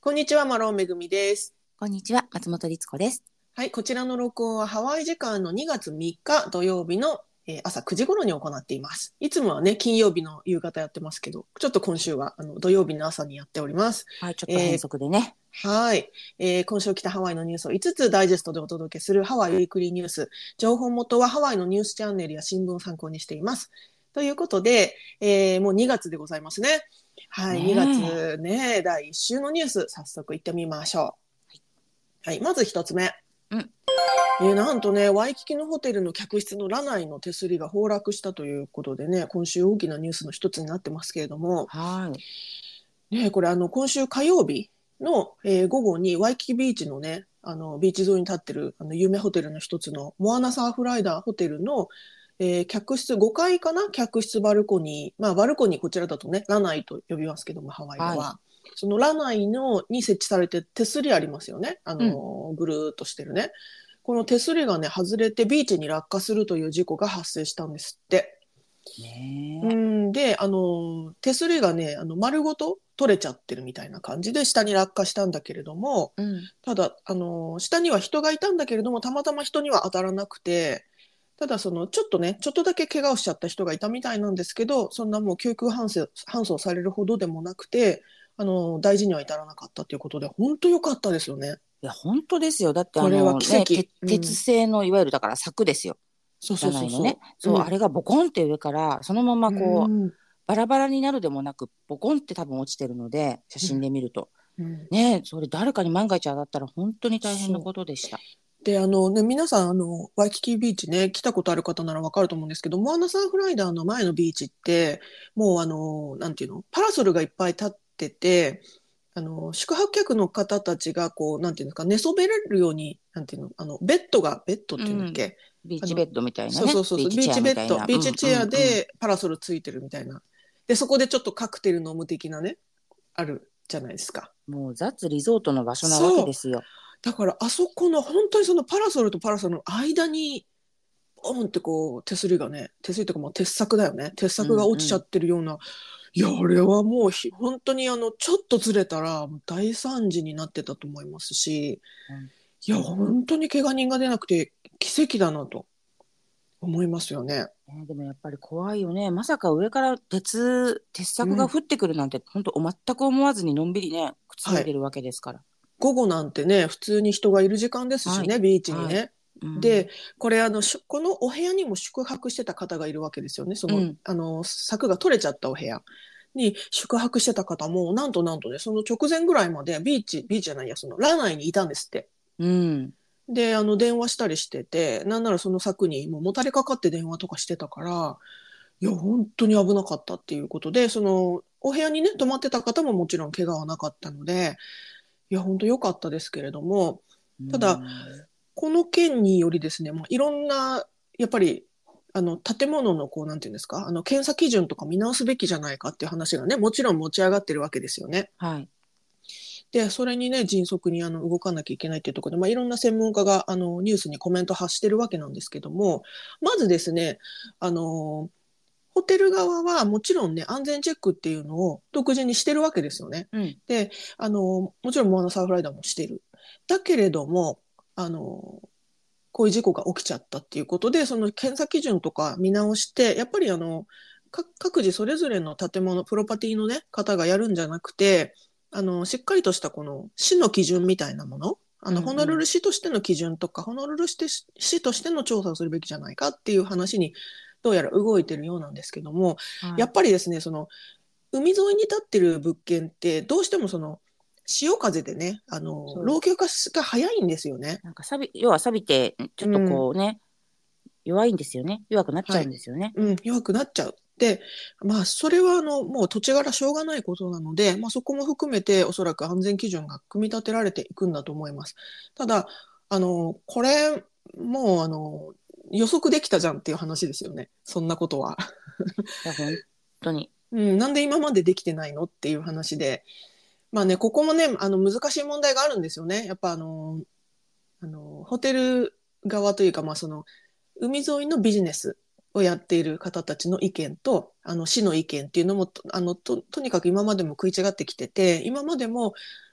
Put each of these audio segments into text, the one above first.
こんにちは、マロンめぐみです。 こんにちは、松本律子です。 はい、こちらの録音はハワイ時間の2月3日土曜日の朝9時頃に行っています。いつもはね、金曜日の夕方やってますけど、ちょっと今週は土曜日の朝にやっております。 はい、ちょっと変則でね。 はい、今週来たハワイのニュースを5つダイジェストでお届けするハワイウィークリーニュース。情報元はハワイのニュースチャンネルや新聞を参考にしています。ということで、もう2月でございますね。はい、2 ね月ね、第1週のニュース、早速行ってみましょう。はい、まず1つ目。なんとね、ワイキキのホテルの客室のラナイの手すりが崩落したということでね、今週大きなニュースの一つになってますけれども、 はい。 ね、これ今週火曜日の、午後にワイキキビーチのね、ビーチ沿いに立ってる有名ホテルの一つのモアナサーフライダーホテルの、客室5階かな、客室バルコニー、まあバルコニーこちらだとね、ラナイと呼びますけども、ハワイでは。 はそのラナイに設置されて手すりありますよね。ぐるーっとしてるね。この手すりがね、外れてビーチに落下するという事故が発生したんですって。 ねで、手すりがね、丸ごと取れちゃってるみたいな感じで下に落下したんだけれども、ただ、下には人がいたんだけれども、たまたま人には当たらなくて、ただちょっとね、ちょっとだけ怪我をしちゃった人がいたみたいなんですけど、そんなもう救急搬送されるほどでもなくて、大事には至らなかったということで、本当良かったですよね。 いや、本当ですよ。だってこれは奇跡。 鉄製のいわゆるだから柵ですよ。 そうそじゃないのね。 うそうそそう、あれがボコンって上からそのままこう、 うん。 バラバラになるでもなく、ボコンって多分落ちてるので、写真で見ると。 うん。 ね、それ誰かに万が一当たったら本当に大変なそう。 ことでした。 で、ね、皆さん、ワイキキビーチね、来たことある方ならわかると思うんですけど、モアナサーフライダーの前のビーチって、もうなんていうの、パラソルがいっぱい立ってて、宿泊客の方たちが、こう、なんていうんですか、寝そべれるように、なんていうの、ベッドっていうんだっけ。 ビーチベッドみたいなね。 そうそうそうそう、 ビーチチェビーチベッド、 アみたいな。 ビーチチェアでパラソルついてるみたいな。で、そこでちょっとカクテル飲む的なね、あるじゃないですか。 もうザッツリゾートの場所なわけそう。 ですよ。 だからあそこの本当にそのパラソルとパラソルの間にボンってこう手すりがね、手すりとかもう鉄柵だよね。鉄柵が落ちちゃってるような、いや、あれはもう本当にちょっとずれたら大惨事になってたと思いますし、 うんいや、本当に怪我人が出なくて奇跡だなと思いますよね。 でもやっぱり怖いよね。まさか上から鉄うん。 柵が降ってくるなんて、本当全く思わずにのんびりね、くつろはい。 いでるわけですから。 午後なんてね、普通に人がいる時間ですしはい。 ね、ビーチにはい。 ね。 うん。 で、これこのお部屋にも宿泊してた方がいるわけですよね。その、 うん。 柵が取れちゃったお部屋に宿泊してた方も、なんとね、その直前ぐらいまでビーチじゃないや、その、ラナイにいたんですって。 うん。 で、電話したりしてて、なんならその柵にもうもたれかかって電話とかしてたから、いや、本当に危なかったっていうことで、その、お部屋にね、泊まってた方ももちろん怪我はなかったので、いや、本当良かったですけれども、 うただ、 ん。 この件によりですね、まあ、いろんな、やっぱり、建物の、こう、なんていうんですか、検査基準とか見直すべきじゃないかっていう話がね、もちろん持ち上がってるわけですよね。 はい。 で、それにね、迅速に動かなきゃいけないっていうところで、まあ、いろんな専門家がニュースにコメント発してるわけなんですけども、まずですね、あの、ホテル側はもちろんね、安全チェックっていうのを独自にしてるわけですよね。 うん。 で、もちろんモアナサーフライダーもしてる。だけれども、こういう事故が起きちゃったっていうことで、その検査基準とか見直して、やっぱり各自それぞれの建物、プロパティのね、方がやるんじゃなくて、しっかりとしたこの市の基準みたいなもの、 うんホノルうん。 ル市としての基準とか、ホノルル市としての調査をするべきじゃないかっていう話に、どうやら動いてるようなんですけども、やっはい。 ぱりですね、その、海沿いに立ってる物件って、どうしてもその、潮風でね、 そう。 老朽化が早いんですよね。 なんか要は錆びて、ちょっとうん。 こうね、弱いんですよね。弱くなっちゃうんはい。 ですよね。 うん、弱くなっちゃう。で、まあ、それはもう土地柄しょうがないことなので、まあ、そこも含めておそらく安全基準が組み立てられていくんだと思います。ただ、これ、もう、予測できたじゃんっていう話ですよね。そんなことは。 いや、本当に。 うん、なんで今までできてないのっていう話で。まあね、ここもね、難しい問題があるんですよね。やっぱホテル側というか、まあその、海沿いのビジネスをやっている方たちの意見と、市の意見っていうのも、とにかく今までも食い違ってきてて、今までも、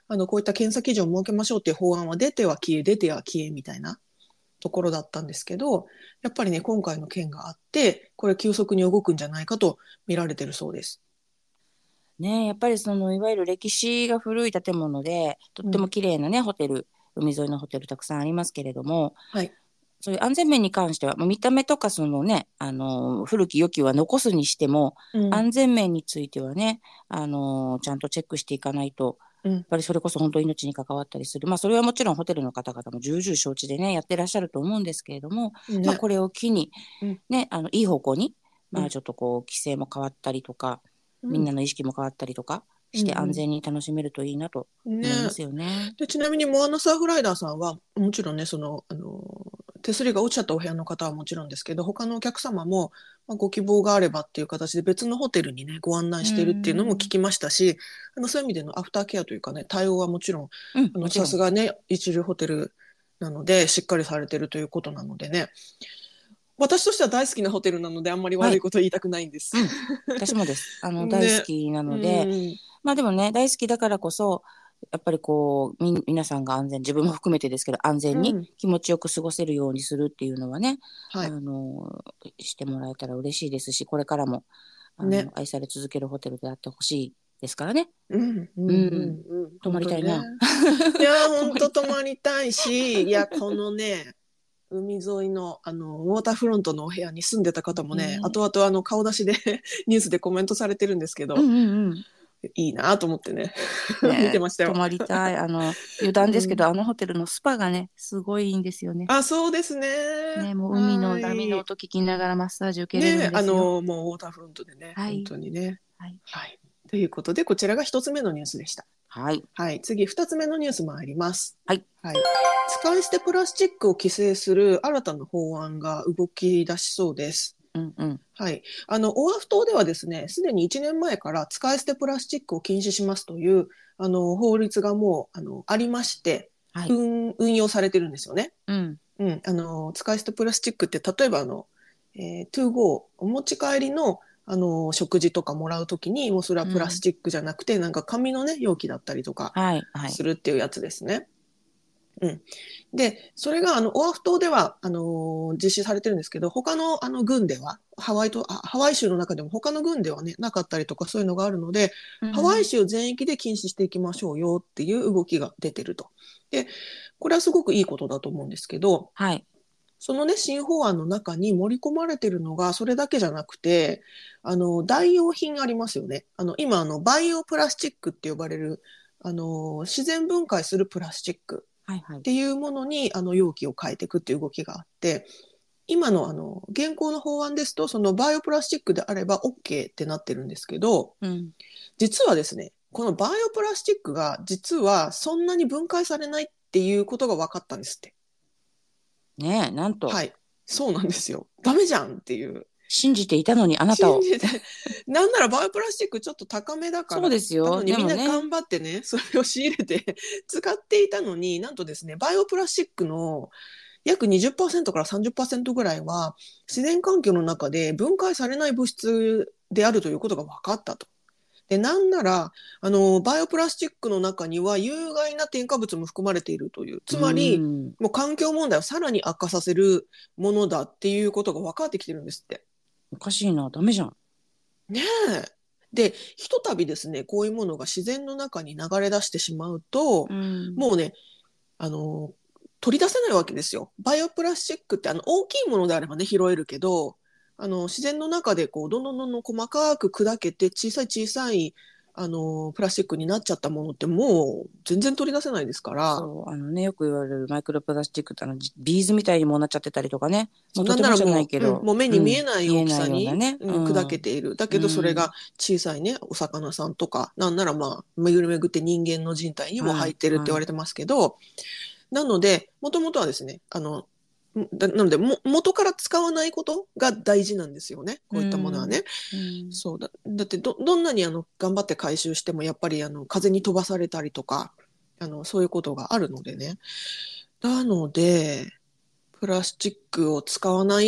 こういった検査基準を設けましょうっていう法案は出ては消え、出ては消えみたいなところだったんですけど、やっぱりね、今回の件があって、これ急速に動くんじゃないかと見られてるそうです。 ね、やっぱりそのいわゆる歴史が古い建物でとっても綺麗なね、ホテル、海沿いのホテルたくさんありますけれども、 はい。 そういう安全面に関しては、見た目とかそのね、古き良きは残すにしても、安全面についてはね、ちゃんとチェックしていかないと、やっぱりそれこそ本当命に関わったりする。それはもちろんホテルの方々も重々承知でね、やってらっしゃると思うんですけれども、 ね、 これを機に、ね、いい方向に、ちょっとこう、規制も変わったりとか、みんなの意識も変わったりとかして安全に楽しめるといいなと思いますよね。 でちなみにモアナサーフライダーさんはもちろんね、手すりが落ちちゃったお部屋の方はもちろんですけど、他のお客様も、ご希望があればっていう形で別のホテルにねご案内してるっていうのも聞きましたし、そういう意味でのアフターケアというかね、対応はもちろん、さすがね一流ホテルなのでしっかりされてるということなのでね、私としては大好きなホテルなのであんまり悪いこと言いたくないんです。 私もです。大好きなので、でもね、大好きだからこそ、やっぱりこう、皆さんが安全、自分も含めてですけど、安全に気持ちよく過ごせるようにするっていうのはね、してもらえたら嬉しいですし、これからも、愛され続けるホテルであってほしいですからね。泊まりたいな。 いや、本当泊まりたいし、いや、このね、海沿いの、ウォーターフロントのお部屋に住んでた方もね、後々顔出しでニュースでコメントされてるんですけど、いいなと思ってね見てましたよ。 泊まりたい。余談ですけど、ホテルのスパがね、すごいいいんですよね。 そうですね。 もう海の波の音聞きながらマッサージ受けれるんですよ。 もうウォーターフロントでね、本当にね。はい。ということで、こちらが一つ目のニュースでした。はい。次、二つ目のニュース参ります。はい。使い捨てプラスチックを規制する新たな法案が動き出しそうです。はい。オアフ島ではですね、すでに1年前から使い捨てプラスチックを禁止しますという、法律がもう、ありまして、運用されてるんですよね。使い捨てプラスチックって、例えばトゥーゴー、お持ち帰りの、食事とかもらうときに、もうそれはプラスチックじゃなくて、なんか紙のね、容器だったりとかするっていうやつですね。で、それがオアフ島では実施されてるんですけど、他の郡ではハワイ州の中でも他の郡ではねなかったりとかそういうのがあるので、ハワイ州全域で禁止していきましょうよっていう動きが出てると。で、これはすごくいいことだと思うんですけど、そのね新法案の中に盛り込まれてるのがそれだけじゃなくて、代用品ありますよね。今バイオプラスチックって呼ばれる自然分解するプラスチックっていうものに容器を変えていくっていう動きがあって、今の現行の法案ですとそのバイオプラスチックであれば OK ってなってるんですけど、実はですね、このバイオプラスチックが実はそんなに分解されないっていうことが分かったんですって。 ねえ、なんと。 はい、そうなんですよ。ダメじゃんっていう。 信じていたのにあなたを。 なんならバイオプラスチックちょっと高めだから、 そうですよ。 なのにみんな頑張ってね、それを仕入れて使っていたのに、なんとですね、バイオプラスチックの約 20% から 30% ぐらいは自然環境の中で分解されない物質であるということが分かったと。で、なんならバイオプラスチックの中には有害な添加物も含まれているという、つまりもう環境問題をさらに悪化させるものだっていうことが分かってきてるんですって。 おかしいな、ダメじゃん。 ねえ。で、ひとたびですね、こういうものが自然の中に流れ出してしまうと、もうね、取り出せないわけですよ。バイオプラスチックって大きいものであればね、拾えるけど、自然の中でこうどんどんどんどん細かく砕けて小さい小さいプラスチックになっちゃったものってもう全然取り出せないですから。 そうよく言われるマイクロプラスチックってビーズみたいにもなっちゃってたりとかね。もうとてもじゃないけど、 もう目に見えない大きさに、砕けている。だけどそれが小さいねお魚さんとか、なんなら巡り巡って人間の人体にも入ってるって言われてますけど、なのでもともとはですねなので元から使わないことが大事なんですよね、こういったものはね。そうだってどんなに頑張って回収してもやっぱり風に飛ばされたりとかそういうことがあるのでね。なのでプラスチックを使わないっ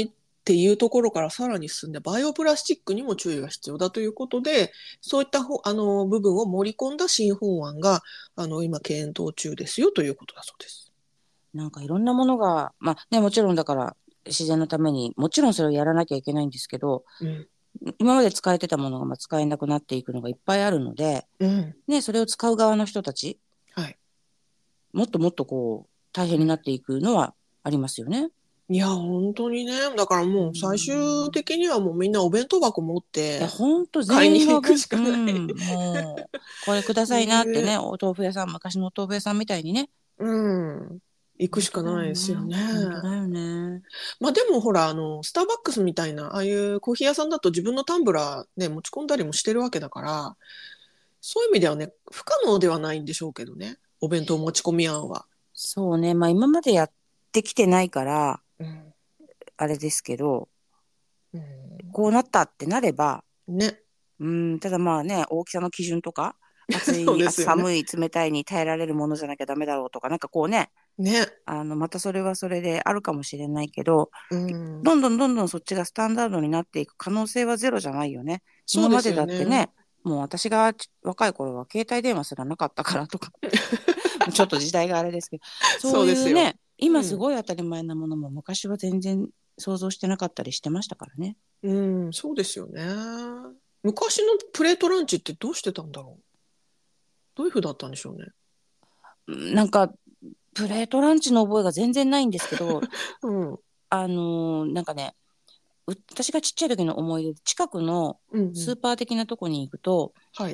っていうところからさらに進んで、バイオプラスチックにも注意が必要だということで、そういった部分を盛り込んだ新法案が、今検討中ですよということだそうです。 なんかいろんなものが、まあね、もちろんだから自然のために、もちろんそれをやらなきゃいけないんですけど、今まで使えてたものが使えなくなっていくのがいっぱいあるので、ね、それを使う側の人たち、もっともっと大変になっていくのはありますよね。 いや、本当にね。だからもう最終的にはもうみんなお弁当箱持って、 いや、本当買いに全員が行くしかない。 もう、これくださいなってね、お豆腐屋さん、昔のお豆腐屋さんみたいにね。 行くしかないですよね。 本当だよね。 まあでもほら、スターバックスみたいな、ああいうコーヒー屋さんだと自分のタンブラーね、持ち込んだりもしてるわけだから、そういう意味ではね、不可能ではないんでしょうけどね。お弁当持ち込み案は。 そうね。まあ今までやってきてないから、あれですけど、こうなったってなれば、 ね。 ただまあね、大きさの基準とか、暑い、 そうですよね。 寒い、冷たいに耐えられるものじゃなきゃダメだろうとか、なんかね、またそれはそれであるかもしれないけど、どんどんどんどんそっちがスタンダードになっていく可能性はゼロじゃないよね。今までだってね、もう私が若い頃は携帯電話すらなかったからとか、ちょっと時代があれですけど、そういうね、今すごい当たり前なものも昔は全然想像してなかったりしてましたからね。 そうですよね。昔のプレートランチってどうしてたんだろう。どういう風だったんでしょうね。 なんか、プレートランチの覚えが全然ないんですけど、なんかね、私がちっちゃい時の思い出で、近くのスーパー的なとこに行くと、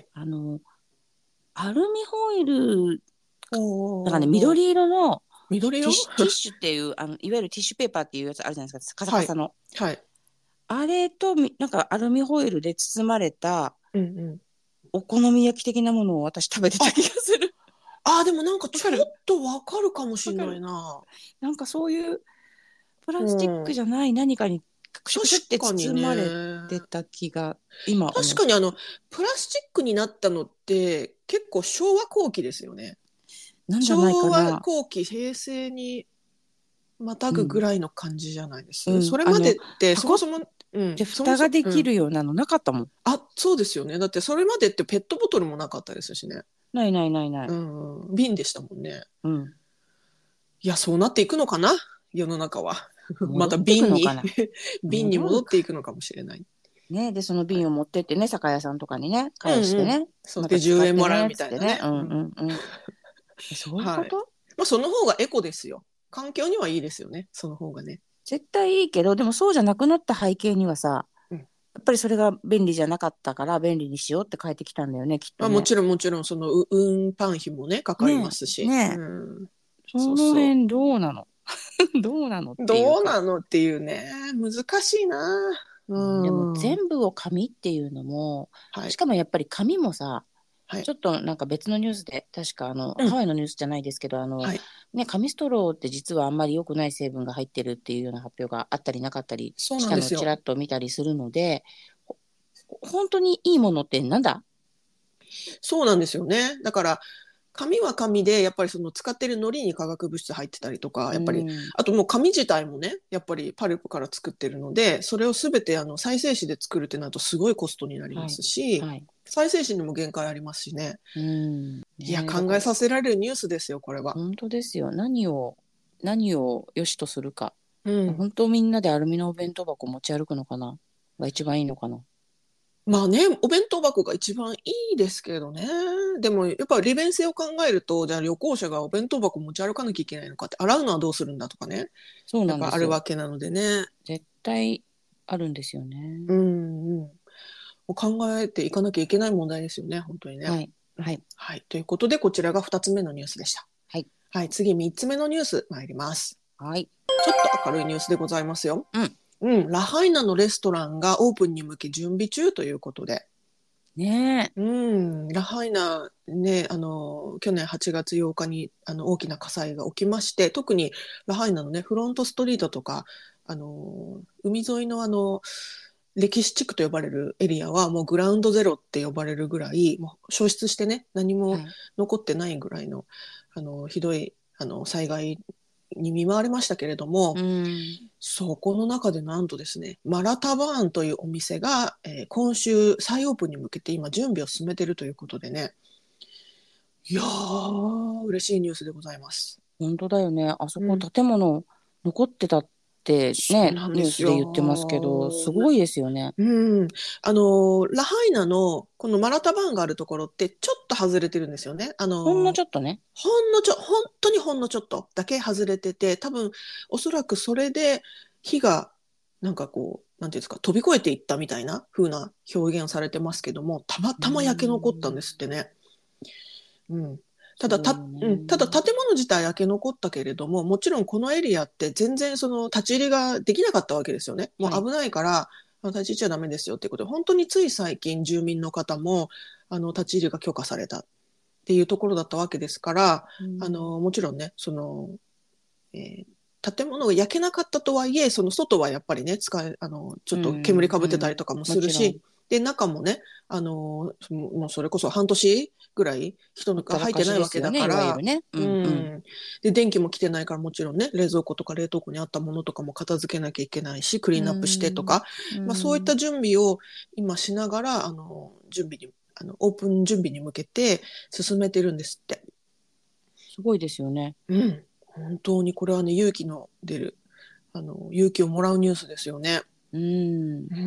アルミホイル、なんかね、緑色のティッシュっていう、いわゆるティッシュペーパーっていうやつあるじゃないですか、カサカサの。あれと、なんかアルミホイルで包まれた、お好み焼き的なものを私食べてた気がする。 でもなんかちょっとわかるかもしれないな。 なんかそういうプラスチックじゃない何かにクシュクシュって包まれてた気が今思う。 確かにプラスチックになったのって結構昭和後期ですよね。 なんじゃないかな。 昭和後期、平成にまたぐぐらいの感じじゃないです。それまでってそもそもで蓋ができるようなのなかったもん。 そうですよね。だってそれまでってペットボトルもなかったですしね。 ないないないない。 瓶でしたもんね。いや、そうなっていくのかな、世の中は。また瓶に戻っていくのかもしれない。 ね、でその瓶を持ってってね、酒屋さんとかにね返してね、 そうで10円もらうみたいなね。 そういうこと？ まあその方がエコですよ。環境にはいいですよね。その方がね。 絶対いいけど、でもそうじゃなくなった背景にはさ、やっぱりそれが便利じゃなかったから便利にしようって変えてきたんだよね、きっとね。 もちろんもちろんその運搬費もねかかりますし。 その辺どうなのどうなのっていうか。 どうなのっていうね、難しいな。 でも全部を紙っていうのも、しかもやっぱり紙もさ、ちょっとなんか別のニュースで、確かハワイのニュースじゃないですけど、紙ストローって実はあんまり良くない成分が入ってるっていうような発表があったりなかったりしたのをちらっと見たりするので、本当にいいものってなんだ？ そうなんですよね。だから紙は紙でやっぱりその使ってる糊に化学物質入ってたりとか、やっぱりあともう紙自体もねやっぱりパルプから作ってるので、それを全て再生紙で作るってなるとすごいコストになりますし、再生紙にも限界ありますしね。いや考えさせられるニュースですよこれは。 本当ですよ。何を良しとするか、本当みんなでアルミのお弁当箱持ち歩くのかなが一番いいのかな。 まあね、お弁当箱が一番いいですけどね。でもやっぱ利便性を考えると、じゃあ旅行者がお弁当箱持ち歩かなきゃいけないのかって、洗うのはどうするんだとかね。 そうなんですよ。やっぱあるわけなのでね。 絶対あるんですよね。 考えていかなきゃいけない問題ですよね、本当にね。はい。ということで、こちらが2つ目のニュースでした。はい。次、3つ目のニュース参ります。ちょっと明るいニュースでございますよ。ラハイナのレストランがオープンに向け準備中ということで。 ねえ。ラハイナね、去年8月8日に大きな火災が起きまして、特にラハイナのね、フロントストリートとか、海沿いの歴史地区と呼ばれるエリアはもうグラウンドゼロって呼ばれるぐらい、もう消失してね、何も残ってないぐらいの、ひどい災害に見舞われましたけれども、 うん、 そこの中でなんとですね、マラタバーンというお店が、今週再オープンに向けて今準備を進めているということでね、いやー、嬉しいニュースでございます。 本当だよね。あそこうん、 建物残ってたってそうね、ニューなんですスで言ってますけど、すよ。 ごいですよね。 うん、ラハイナのこのマラタバーンがあるところってちょっと外れてるんですよね。 ほんのちょっとね。 本当にほんのちょっとだけ外れてて、多分おそらくそれで火がなんかこう、なんていうんですか、飛び越えていったみたいな風な表現をされてますけども、たまうたま焼け残ったんん、 ですってね。うん。 すごいよただね。 建物自体焼け残ったけれども、もちろんこのエリアって全然その立ち入りができなかったわけですよね。もうはい。 危ないから、立ち入っちゃダメですよっていうことで、本当につい最近住民の方も、立ち入りが許可されたっていうところだったわけですから、 うん、 もちろんね、え建物が焼けなかったとはいえ、その外はやっぱりね、ちょっとうん、 煙かぶってたうん。 りとかももちろん、 するし、で、中もね、もうそれこそ半年ぐらい人ほったらかが入ってないわけだしですよね、いわゆるから、 ね。ううん、うん。 ん。で、電気も来てないからもちろんね、冷蔵庫とか冷凍庫にあったものとかも片付けなきゃいけないし、クリうーンアップしてとん、 か、 うまあそういったん。 準備を今しながら、オープン準備に向けて進めてるんですって。 すごいですよね。 うん。本当にこれはね、勇気の出る勇気をもらうニュースですよね。 うん。 うん。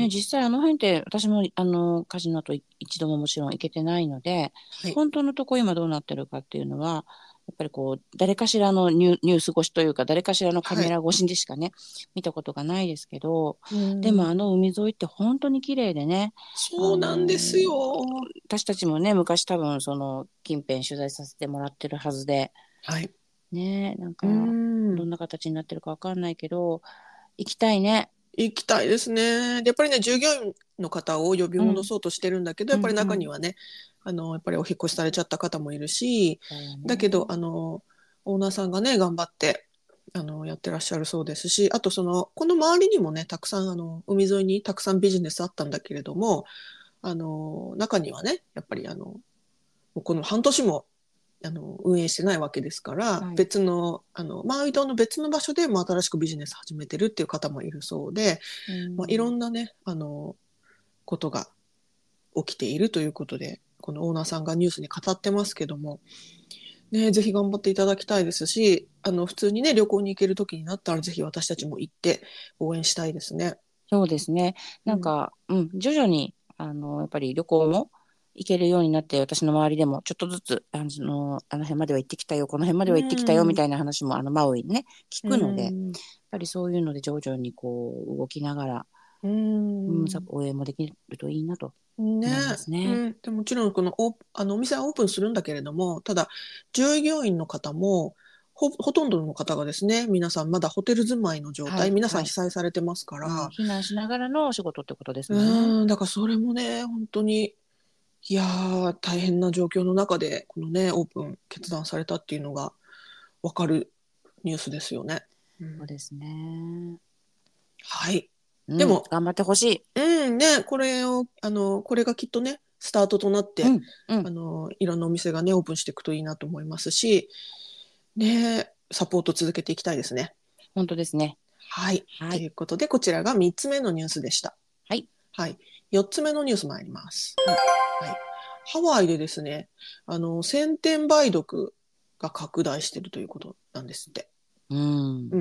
ね、実際あの辺って私も火事の後一度ももちろん行けてないので、 はい。 本当のとこ今どうなってるかっていうのは、やっぱりこう、誰かしらのニュース越しというか、誰かしらのカはい。 メラ越しでしかね、見たことがないですけど、 うん。 でもあの海沿いって本当に綺麗でね、 そうなんですよ。 私たちもね、昔多分その近辺取材させてもらってるはずで、 はい。 ね、なんうか、どんん。 な形になってるかわかんないけど、行きたいね。 行きたいですね。でやっぱりね、従業員の方を呼びうん、 戻そうとしてるんだけど、やっぱりうん、うん。 中にはね、やっぱりお引っ越しされちゃった方もいるし、 だよだけど、 ね。 オーナーさんがね、頑張って、やってらっしゃるそうですし、あとこの周りにもね、たくさん、海沿いにたくさんビジネスあったんだけれども、中にはね、やっぱりもうこの半年も運営してないわけですから、 はい。 別の、マウイ島の別の場所でも新しくビジネス始めてるっていう方もいるそうで、 うまあ、いろん。 んなね、ことが起きているということで、このオーナーさんがニュースに語ってますけども、ね、ぜひ頑張っていただきたいですし、普通にね、旅行に行ける時になったら、ぜひ私たちも行って応援したいですね。 そうですね。 うん。 徐々に、やっぱり旅行も行けるようになって、私の周りでもちょっとずつ、あの辺までは行ってきたよ、この辺までうは行ってきたよ、みん。 たいな話も、マウイね、聞うくので、やっん。 ぱりそういうので徐々にこう、動きながら、 ううん、 ん。 応援もできるといいなとね、 思いますね。 でもちろんお店はオープンするんだけれども、ただ従業員の方もほとんどの方がですね、皆さんまだホテル住まいの状態、 はい、 皆さん被はい。 災されてますかうん、 ら、 避難しながらのお仕事ってことですもんね。 だからそれもね、本当に、いやー、大変な状況の中で、このね、オープン決断されたっていうのがわかるニュースですよね。うん、 そうですね。 はい。 うん、 でも、 頑張ってほしい。 ね、これがきっとね、スタートとなって、 うん、うん、 いろんなお店がね、オープンしていくといいなと思いますし、ね、サポート続けていきたいですね。 本当ですね。 はい。 はい、 ということで、こちらが3つ目のニュースでした。 はい、 はい。4つ目のニュース参ります。 はい。 はい。ハワイでですね、先天梅毒が拡大しているということなんですって。 うん。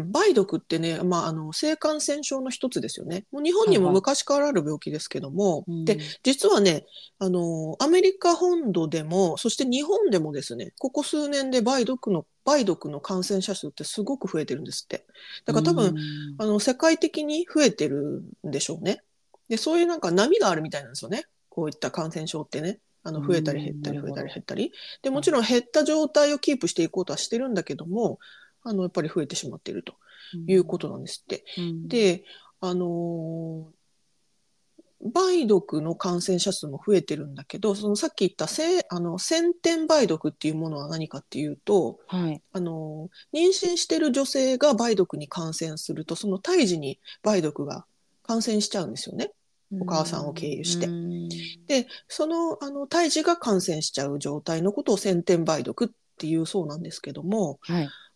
梅毒ってね、まあ、性感染症の一つですよね。もう日本はい、 にもはい。 昔からある病気ですけども、で、 うん。 実はね、アメリカ本土でも、そして日本でもですね、ここ数年で梅毒の感染者数ってすごく増えてるんですって。 うだから多分、 ん。 世界的に増えてるんでしょうね。で、そういうなんか波があるみたいなんですよね。こういった感染症ってね。 う増えたり減っん。 たり増えたりなるほど。 減ったり。で、もはい。 ちろん減った状態をキープしていこうとはしてるんだけども、やっぱり増えてしまっていると。 ういうことん。 なんですって。 うん。 で、あの梅毒の感染者数も増えてるんだけど、そのさっき言った先天梅毒っていうものは何かっていうと、 はい。 妊娠している女性が梅毒に感染すると、その胎児に梅毒が感染しちゃうんですよね。 うお母さんを経ん。う由して。 ん。 で、胎児が感染しちゃう状態のことを先天梅毒っていうそうなんですけども、 はい。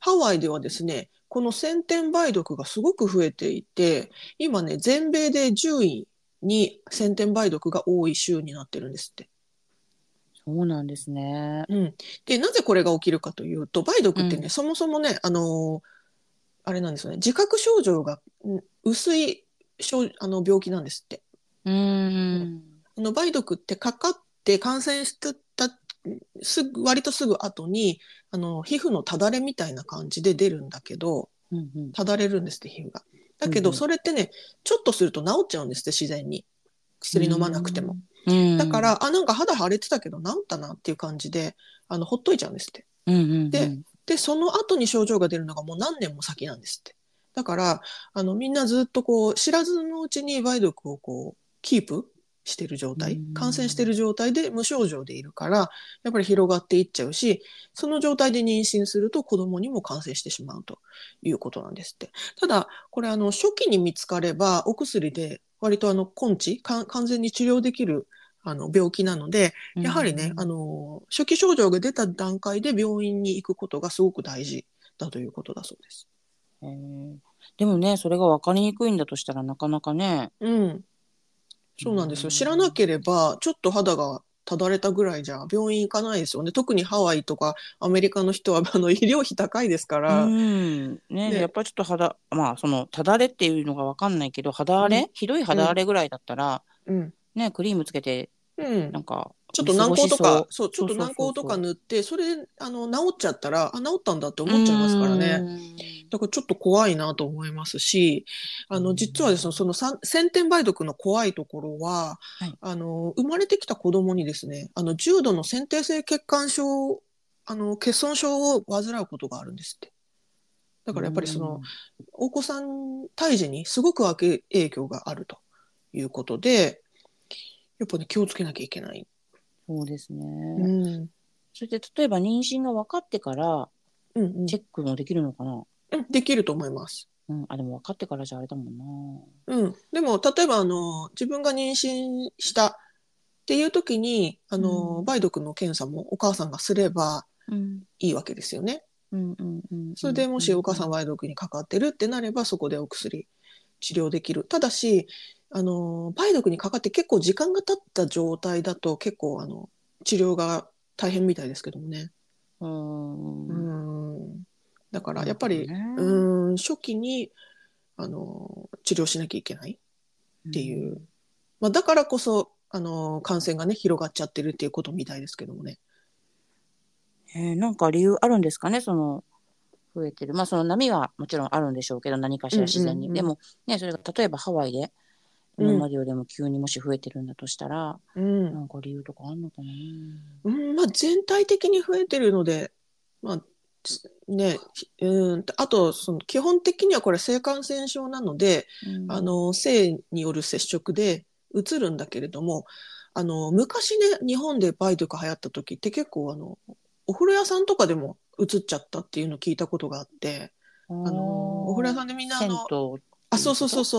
ハワイではですね、この先天梅毒がすごく増えていて、今ね、全米で10位に先天梅毒が多い州になってるんですって。 そうなんですね。 うん。で、なぜこれが起きるかというと、梅毒ってね、そもそもね、あれなんですよね、自覚症状が薄い病気なんですって。梅毒ってかかって感染してた割とすぐ後に皮膚のただれみたいな感じで出るんだけど、ただれるんですって皮膚が。だけどそれってね、ちょっとすると治っちゃうんですって、自然に。薬飲まなくても。だからなんか肌腫れてたけど治ったなっていう感じでほっといちゃうんですって。でその後に症状が出るのがもう何年も先なんですって。だからみんなずっとこう知らずのうちに梅毒をこうキープしてる状態、感染してる状態で無症状でいるから、やっぱり広がっていっちゃうし、その状態で妊娠すると子供にも感染してしまうということなんですって。ただ、これ初期に見つかればお薬で割と根治、完全に治療できる病気なので、やはりね、初期症状が出た段階で病院に行くことがすごく大事だということだそうです。 でもね、それが分かりにくいんだとしたらなかなかね。 そうなんですよ。知らなければ、ちょっと肌がただれたぐらいじゃ病院行かないですよね。特にハワイとかアメリカの人は医療費高いですから。 やっぱりちょっとそのただれっていうのが分かんないけど、肌荒れ、ひどい肌荒れぐらいだったら、ね、クリームつけて、なんかちょっと軟膏とか、ちょっと軟膏とか塗って、それで治っちゃったら、治ったんだって思っちゃいますからね。だからちょっと怖いなと思いますし、実はですね、その先天梅毒の怖いところは、生まれてきた子供にですね、重度の先天性血管症、欠損症を患うことがあるんですって。だからやっぱりお子さん胎児にすごく悪影響があるということで、やっぱね、気をつけなきゃいけない。 そうですね。それで例えば妊娠が分かってからチェックもできるのかな？ できると思います。 でも分かってからじゃあれだもんな。でも例えば自分が妊娠したっていう時に梅毒の検査もお母さんがすればいいわけですよね。それでもしお母さん梅毒にかかってるってなれば、そこでお薬治療できる。ただし梅毒にかかって結構時間が経った状態だと結構治療が大変みたいですけどもね。だからやっぱり、初期に治療しなきゃいけないっていう、だからこそ感染がね広がっちゃってるっていうことみたいですけどもね。 なんか理由あるんですかね、その増えてる。その波はもちろんあるんでしょうけど、何かしら自然に。でもね、それが例えばハワイで今までよりも急にもし増えてるんだとしたら、なんか理由とかあるのかな。 全体的に増えてるので、ね、あと基本的にはこれ性感染症なので、性による接触でうつるんだけれども、昔ね、日本で梅毒流行った時って結構お風呂屋さんとかでもうつっちゃったっていうのを聞いたことがあって、お風呂屋さんでみんな銭湯そう、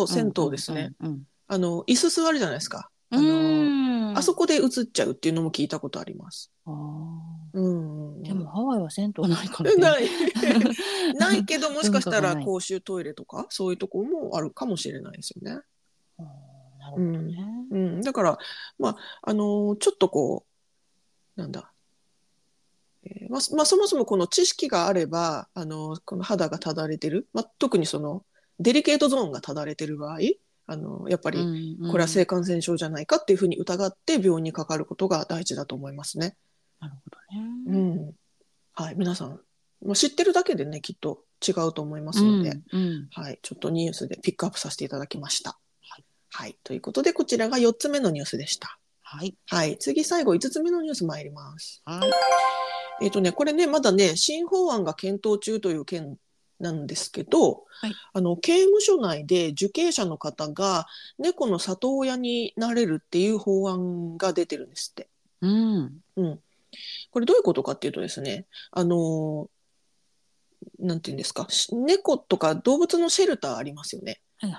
銭湯ですね。椅子座るじゃないですか。あそこで映っちゃうっていうのも聞いたことあります。 でもハワイは銭湯ないからね。 ないけど、もしかしたら公衆トイレとかそういうところもあるかもしれないですよね。 なるほどね。 だからちょっとこうなんだ、そもそもこの知識があればこの肌がただれてる、特にそのデリケートゾーンがただれてる場合、やっぱりこれは性感染症じゃないかっていうふうに疑って病院にかかることが大事だと思いますね。 なるほどね。 はい、皆さん知ってるだけでねきっと違うと思いますので、はい、ちょっとニュースでピックアップさせていただきました。はい、ということでこちらが4つ目のニュースでした。はい、次最後5つ目のニュース参ります。これねまだね新法案が検討中という件なんですけど、刑務所内で受刑者の方が猫の里親になれるっていう法案が出てるんですって。これどういうことかっていうとですね、なんていうんですか、猫とか動物のシェルターありますよね。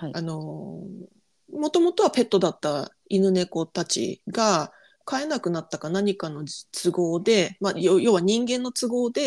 もともとはペットだった犬猫たちが飼えなくなったか何かの都合で、要は人間の都合で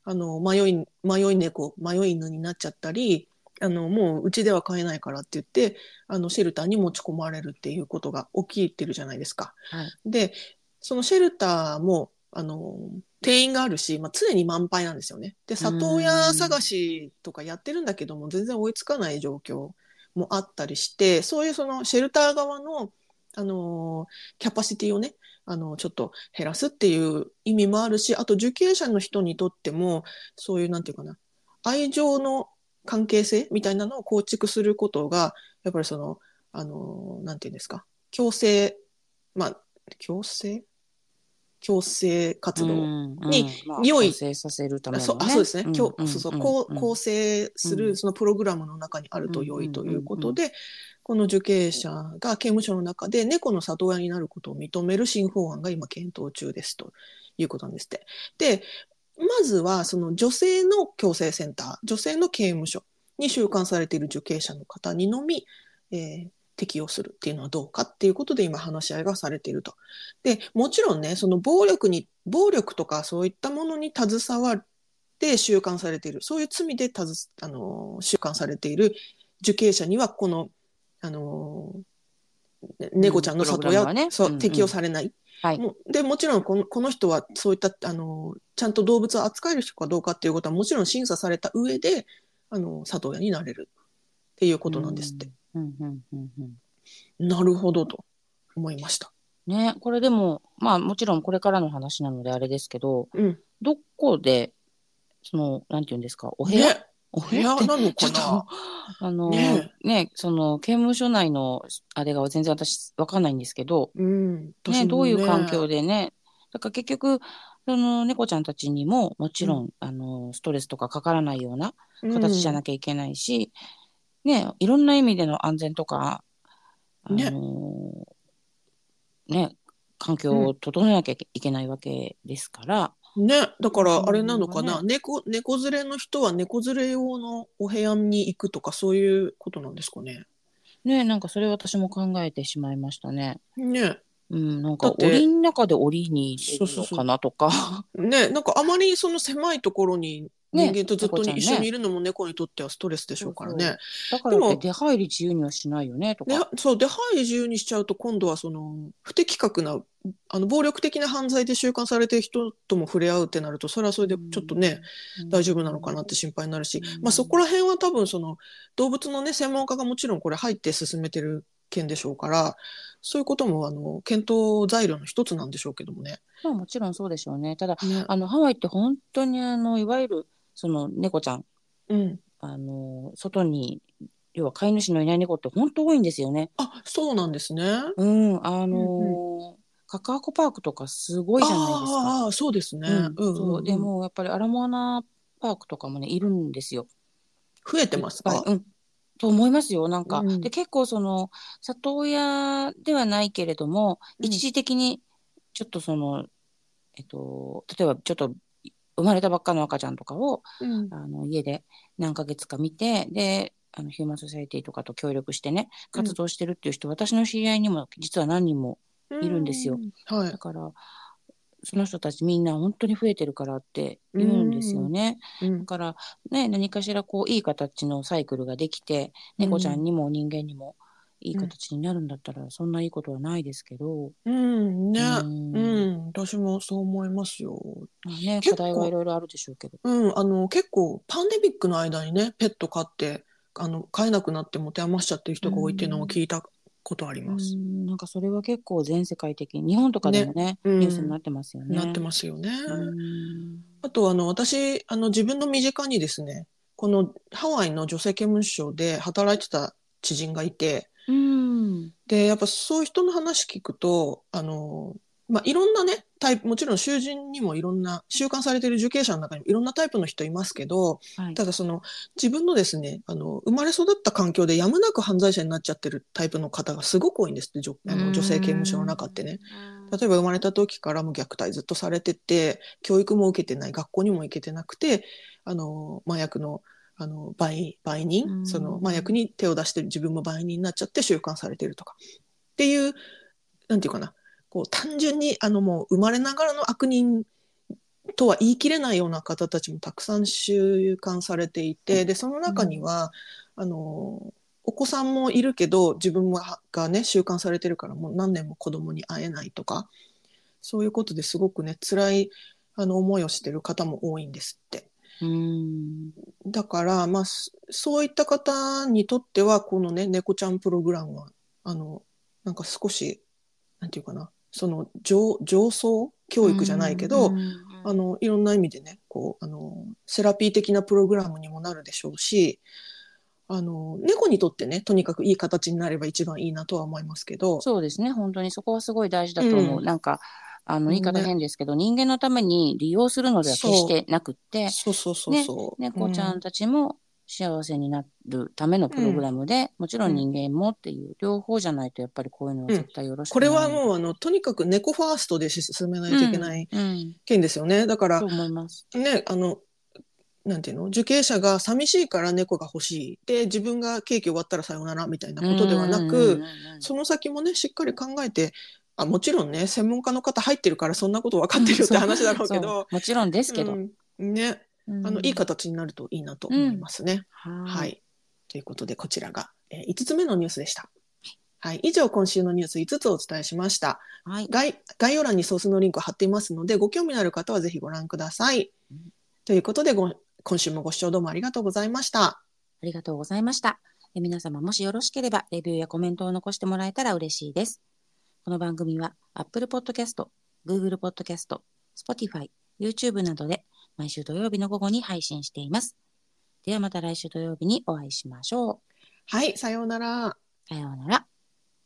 迷い猫、迷い犬になっちゃったり、もううちでは飼えないからって言って、シェルターに持ち込まれるっていうことが起きてるじゃないですか。 はい。 で、そのシェルターも、定員があるし、常に満杯なんですよね。で、 うー里親探ん。 しとかやってるんだけども、全然追いつかない状況もあったりして、そういうそのシェルター側の、キャパシティをね、ちょっと減らすっていう意味もあるし、あと受刑者の人にとっても、そういうなんていうかな、愛情の関係性みたいなのを構築することが、やっぱりその、なんていうんですか、強制、まあ、強制強制う活動ん、うにん。まあ、構良い、 成させるためのそうね。 ですね。 うん、うん、 そうそう、 うん、うん、 構成するうん、 そのプログラムの中にあるうん、 と良うん、 いといううん、うん。 ことで、この受刑者が刑務所の中で猫の里親になることを認める新法案が今検討中ですということなんですって。で、まずはその女性の矯正センター、女性の刑務所に収監されている受刑者の方にのみ、適用するっていうのはどうかっていうことで今話し合いがされていると。で、もちろんね、その暴力とかそういったものに携わって収監されている、そういう罪で収監されている受刑者には、この、あの、猫ちゃんのプログ里親はラムはね。うん、う適用ん。 されない。 はい。 もちろんこの人はそういったちゃんと動物を扱える人かどうかっていうことはもちろん審査された上で里親になれるっていうこうとなんですって。 ん、うん、うん、うん。うん。 なるほどと思いました。 ね、これでも、まあ、もちろんこれからの話なのであれですけど、 うん。 どこで、なんていうんですか、お部屋ね。お部お部屋って、 屋なのちょっと、 かな。ね。 ね、刑務所内の、あれが全然私、わかんないんですけど、 うん。私ね、どうもね。 いう環境でね、だから結局、その猫ちゃんたちにも、もちうん。 ろん、ストレスとかかからないようなう形じゃん。 なきゃいけないし、ね、いろんな意味での安全とか、あね。 の、ね、環境をうん。 整えなきゃいけないわけですから、 ね。だかそのらあれなのかな。 辺がね、 猫連れの人は猫連れ用のお部屋に行くとかそういうことなんですかね。 ね、なんかそれ私も考えてしまいましたね。 ね。 うん、なんか檻だって、 の中で檻に出るのそうそうそかなとか。 う。ね、なんかあまりその狭いところに人ね、 間とずっ猫と一緒にちゃんね。 いるのも猫にとってはストレスでしょそうそう。 うからね。 だからってでも、 出入り自由にはしないよねとで、 か。 そう、出入り自由にしちゃうと今度はその不適格な、暴力的な犯罪で収監されてる人とも触れ合うってなると、それはそうれでちょっとね、 ん、う大丈夫なのかん、 なって心配になるうし、そこん。 ら辺は多分その動物のね、専門家がもちろんこれ入って進めてる件でしょうから、そういうことも検討材料の一つなんでしょうけどもね。 まあもちろんそうでしょうね。ただ、 ね。 ハワイって本当にいわゆる、その猫ちゃん、 うん。 外に、要は飼い主のいない猫って本当多いんですよね。 あ、そうなんですね。 うん、 うんうん。 カカアコパークとかすごいじゃないですか。 ああ、そうですね。 うん、 うんうそう。でんうん。 も、やっぱりアラモアナパークとかもね、いるんですよ。 増えていっぱい。 ますか？ うん。と思いますよ。なんか。で、 うん。 結構里親ではないけれども、一うん。 時的に、ちょっと例えばちょっと生まれたばっかの赤ちゃんとかを、 うん。 家で何ヶ月か見て、で、ヒューマンソサイティとかと協力してね、 うん。 活動してるっていう人、私の知り合いにも実は何人もういるんですよ。 ん。はい。 だから、その人たちみんな本当に増えてるからってう言うんですよん。 ね。 うん。 だからね、何かしらこういい形のサイクルができて、猫ちゃんうん。 にも人間にもいいうん。 形になるんだったら、そんないいことはないですけど、 うん。ね。 うーうん、 ん。私もそう思いますよ。 まあね、課題はい結構、 ろいろあるでしょうけど。 結構パンデミックの間にね、ペット飼って、飼えなくなって持て余しちゃってるうー人が多いっていうのもん、 聞いたことあります。 なんかそれは結構全世界的に、日本とかでもね。 ね、 うニュースになん。 ってますよなってね。 ますよね。 うーん、 あと、私、自分の身近にですね、このハワイの女性刑務所で働いてた知人がいて、 うーん、 で、やっぱそういう人の話聞くと、いろんなね、タイプ、もちろん囚人にもいろんな、収監されている受刑者の中にもいろんなタイプの人いますけど、 はい。 ただ自分のですね、生まれ育った環境でやむなく犯罪者になっちゃってるタイプの方がすごく多いんですって、 うー女性刑務所のん、 中ってね。例えば生まれた時からも虐待ずっとされてて、教育も受けてない、学校にも行けてなくて、麻薬の売人、 うーその麻薬ん、 に手を出して自分も売人になっちゃって収監されてるとかっていう、なんていうかな、こう単純にもう生まれながらの悪人とは言い切れないような方たちもたくさん収監されていて、でその中には、お子さんもいるけど自分がね収監されてるからもう何年も子供に会えないとか、そういうことですごくね辛い思いをしてる方も多いんですって。だから、まあ、そういった方にとってはこのね猫ちゃんプログラムはなんか少しなんていうかな、その上層教育じゃないけど、いろんな意味でねこうセラピー的なプログラムにもなるでしょうし、猫にとってねとにかくいい形になれば一番いいなとは思いますけど。 そうですね、本当にそこはすごい大事だと思う。なんか言い方変ですけど、人間のために利用するのでは決してなくって、猫ちゃんたちも幸せになるためのプログラムで、もちろん人間もっていう両方じゃないとやっぱりこういうのは絶対よろしくない。 これはもうとにかく猫ファーストで進めないといけない件ですよね。だからそう思いますね、なんていうの、受刑者が寂しいから猫が欲しいで自分が刑期終わったらさようならみたいなことではなく、その先もねしっかり考えて、もちろんね専門家の方入ってるからそんなこと分かってるよって話だろうけど、 もちろんですけど、 ね、いい形になるといいなと思いますね。はい、ということでこちらが、5つ目のニュースでした。はい、以上今週のニュース5つお伝えしました。 はい、 概要欄にソースのリンク貼っていますのでご興味のある方はぜひご覧ください。ということで今週もご視聴どうもありがとうございました。 ありがとうございました。皆様もしよろしければレビューやコメントを残してもらえたら嬉しいです。この番組は Apple Podcast、Google Podcast、Spotify、YouTube などで毎週土曜日の午後に配信しています。ではまた来週土曜日にお会いしましょう。 はい、さようなら。 さようなら。